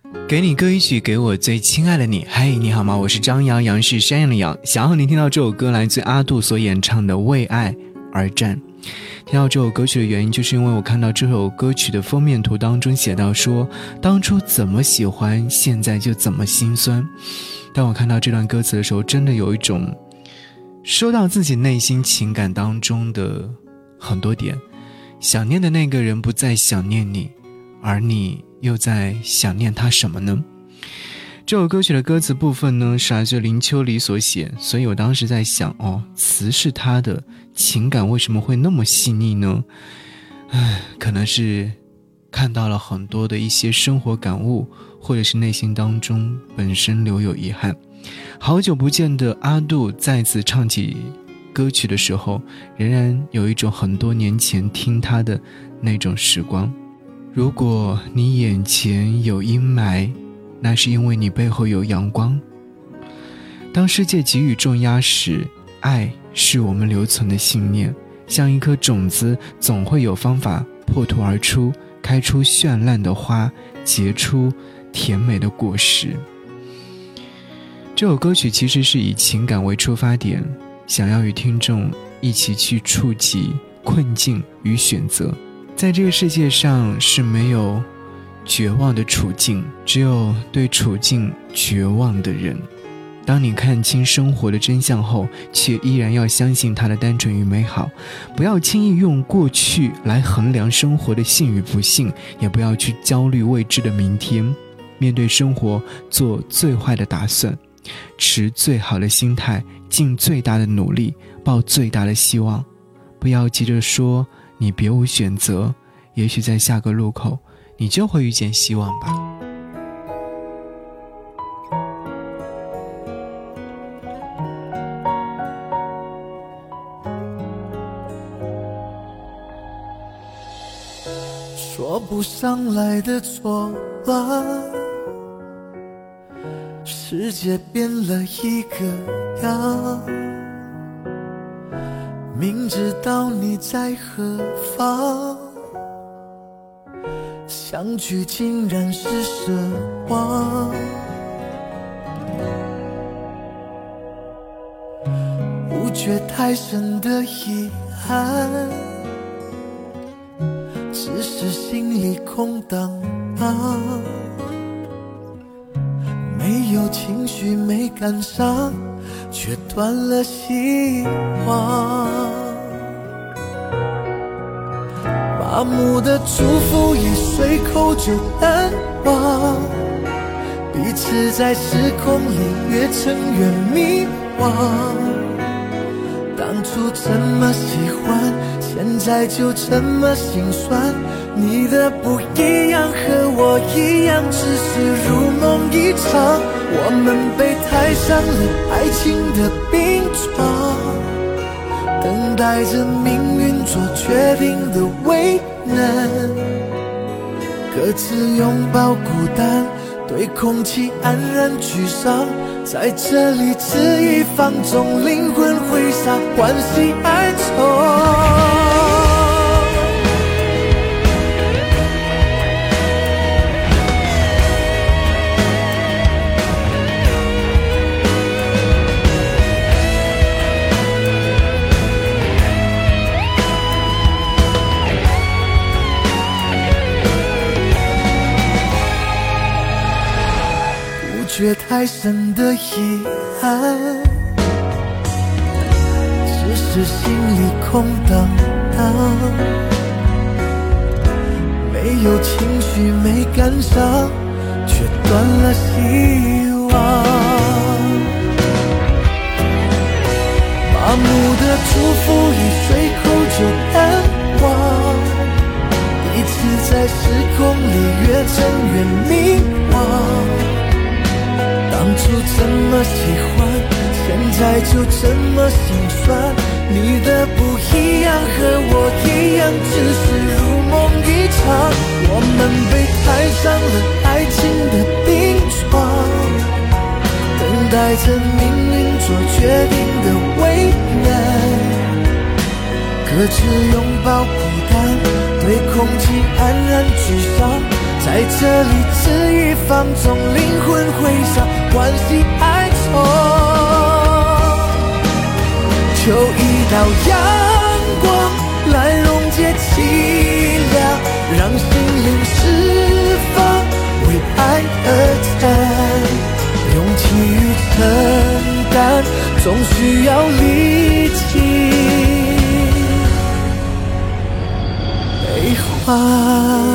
给你歌一曲，给我最亲爱的你。嗨，你好吗？我是张扬，杨是山羊的羊。想要你听到这首歌来自阿杜所演唱的《为爱而战》。听到这首歌曲的原因，就是因为我看到这首歌曲的封面图当中写到说，当初怎么喜欢，现在就怎么心酸。当我看到这段歌词的时候，真的有一种说到自己内心情感当中的很多点。想念的那个人不再想念你，而你又在想念他什么呢？这首歌曲的歌词部分呢，是来自林秋离所写，所以我当时在想，词是他的，情感为什么会那么细腻呢？可能是看到了很多的一些生活感悟，或者是内心当中本身留有遗憾。好久不见的阿杜再次唱起歌曲的时候，仍然有一种很多年前听他的那种时光。如果你眼前有阴霾，那是因为你背后有阳光。当世界给予重压时，爱是我们留存的信念，像一颗种子，总会有方法破土而出，开出绚烂的花，结出甜美的果实。这首歌曲其实是以情感为出发点，想要与听众一起去触及困境与选择。在这个世界上是没有绝望的处境，只有对处境绝望的人。当你看清生活的真相后，却依然要相信它的单纯与美好，不要轻易用过去来衡量生活的幸与不幸，也不要去焦虑未知的明天。面对生活，做最坏的打算，持最好的心态，尽最大的努力，抱最大的希望。不要急着说你别无选择，也许在下个路口你就会遇见希望吧。 说不上来的错乱，世界变了一个样，明知道你在何方，相聚竟然是奢望。不觉太深的遗憾，只是心里空荡荡，没有情绪没赶上，却断了希望。麻木的祝福一随口就淡忘，彼此在时空里越沉越迷惘。当初怎么喜欢，现在就这么心酸。你的不一样和我一样，只是如梦一场。我们被太上了爱情的冰床，等待着命运做决定的为难。各自拥抱孤单，对空气安然沮丧。在这里恣意放纵，灵魂挥洒，欢喜哀愁。不觉太深的遗憾，只是心里空荡荡，没有情绪没赶上，却断了希望。麻木的祝福一随口就淡忘，彼此在时空里越沉越迷惘。当初怎么喜欢，现在就这么心酸。你的不一样和我一样，只是如梦一场。我们被太上了爱情的冰床，等待着命运做决定的为难。各自拥抱孤单，对空气安然沮丧。 在这里恣意放纵，灵魂回响，欢喜哀愁。求一道阳光来溶解凄凉，让心灵释放，为爱而战。勇气与承担，总需要力气悲欢。